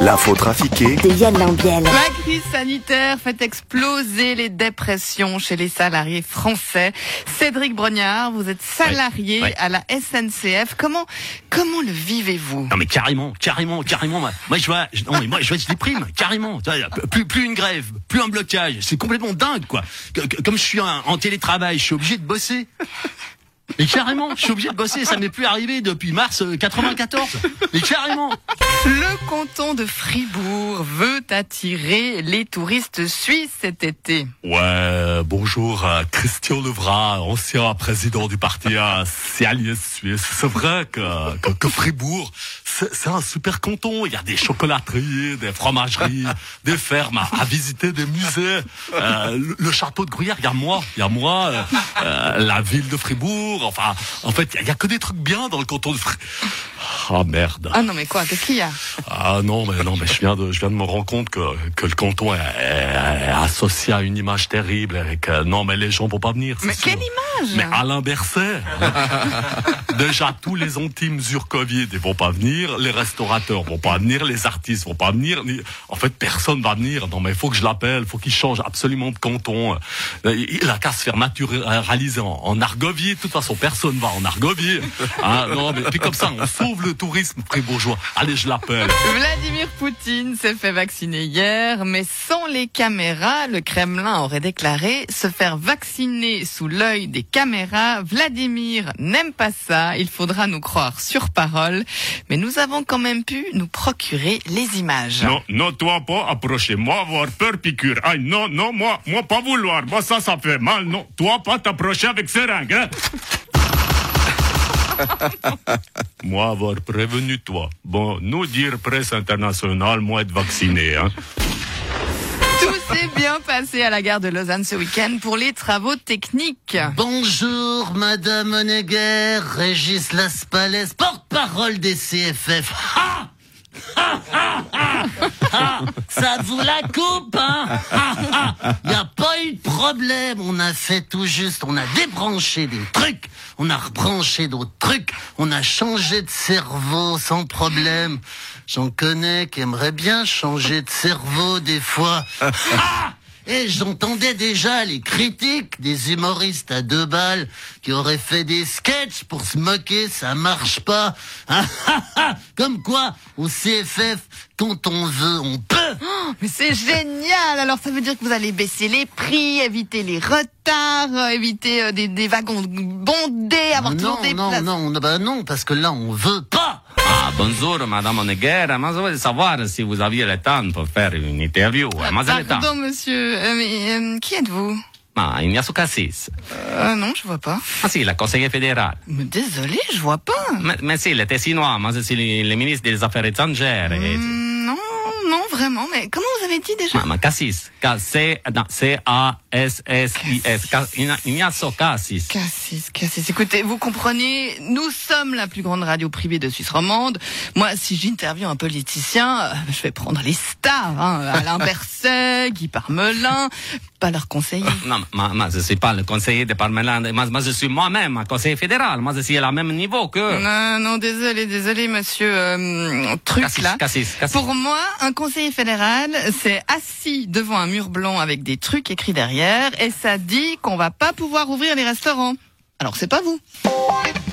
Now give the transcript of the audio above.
L'info trafiquée de Yann Lambiel. La crise sanitaire fait exploser les dépressions chez les salariés français. Cédric Brognard, vous êtes salarié à la SNCF. Comment le vivez-vous? Non mais carrément. Moi je déprime carrément. Plus une grève, plus un blocage. C'est complètement dingue quoi. Comme je suis en télétravail, je suis obligé de bosser. Et carrément, je suis obligé de bosser, ça m'est plus arrivé depuis mars 94. Et carrément. Le canton de Fribourg veut attirer les touristes suisses cet été. Ouais, bonjour, Christian Levrat, ancien président du parti socialiste suisse. C'est vrai que Fribourg, c'est un super canton. Il y a des chocolateries, des fromageries, des fermes à visiter, des musées. Le château de Gruyère, il y a moi, la ville de Fribourg. Enfin, en fait, il y a que des trucs bien dans le canton de Fribourg. Ah merde. Ah non mais quoi, qu'est-ce qu'il y a? Ah non mais je viens de me rendre compte que le canton est associé à une image terrible et que non mais les gens vont pas venir. Mais sûr. Quelle image? Mais Alain Berset. Déjà tous les anti-mesures-Covid ils vont pas venir, les restaurateurs vont pas venir, les artistes vont pas venir. En fait personne va venir. Non mais il faut que je l'appelle, faut qu'il change absolument de canton. Il a qu'à se faire naturaliser en Argovie. De toute façon personne va en Argovie. Hein, non mais puis comme ça on sauve le tourisme fribourgeois. Allez, je l'appelle. Vladimir Poutine s'est fait vacciner hier, mais sans les caméras. Le Kremlin aurait déclaré se faire vacciner sous l'œil des caméras. Vladimir n'aime pas ça. Il faudra nous croire sur parole. Mais nous avons quand même pu nous procurer les images. Non, toi pas approcher. Moi avoir peur piqûre. Aïe, non, moi pas vouloir. Moi ça fait mal. Non, toi pas t'approcher avec seringue, hein. Moi avoir prévenu toi. Bon, nous dire presse internationale, moi être vacciné, hein. Tout s'est bien passé à la gare de Lausanne ce week-end pour les travaux techniques. Bonjour, Madame Honegger, Régis Laspalès, porte-parole des CFF. Ça vous la coupe, hein? Y a pas eu de problème, on a fait tout juste, on a débranché des trucs, on a rebranché d'autres trucs, on a changé de cerveau sans problème. J'en connais qui aimeraient bien changer de cerveau des fois. Et j'entendais déjà les critiques des humoristes à 2 balles qui auraient fait des sketchs pour se moquer, ça marche pas. Comme quoi, au CFF, quand on veut, on peut. Oh, mais c'est génial. Alors ça veut dire que vous allez baisser les prix, éviter les retards, éviter des wagons bondés, avoir toujours des places. Non, parce que là, on veut pas. Ah, bonjour, Madame Honegger. Moi, je voulais savoir si vous aviez le temps pour faire une interview. Pardon, monsieur. Mais qui êtes-vous? Ah, Ignacio Cassis. Non, je vois pas. Ah si, le conseiller fédéral. Mais désolé, je vois pas. Mais si, le Tessinois. Moi, je suis le ministre des Affaires étrangères. Non, vraiment. Mais comment vous avez dit déjà? Cassis. C-A-S-S-I-S. Ignacio Cassis. Cassis. Écoutez, vous comprenez, nous sommes la plus grande radio privée de Suisse romande. Moi, si j'interviewe un politicien, je vais prendre les stars, hein. Alain Berset, Guy Parmelin, pas leur conseiller. Non, moi, je suis pas le conseiller de Parmelin. Moi, je suis moi-même un conseiller fédéral. Moi, je suis à la même niveau que... Non, désolé, monsieur, Cassis. Pour moi, un conseiller fédéral, c'est assis devant un mur blanc avec des trucs écrits derrière et ça dit qu'on va pas pouvoir ouvrir les restaurants. Alors c'est pas vous.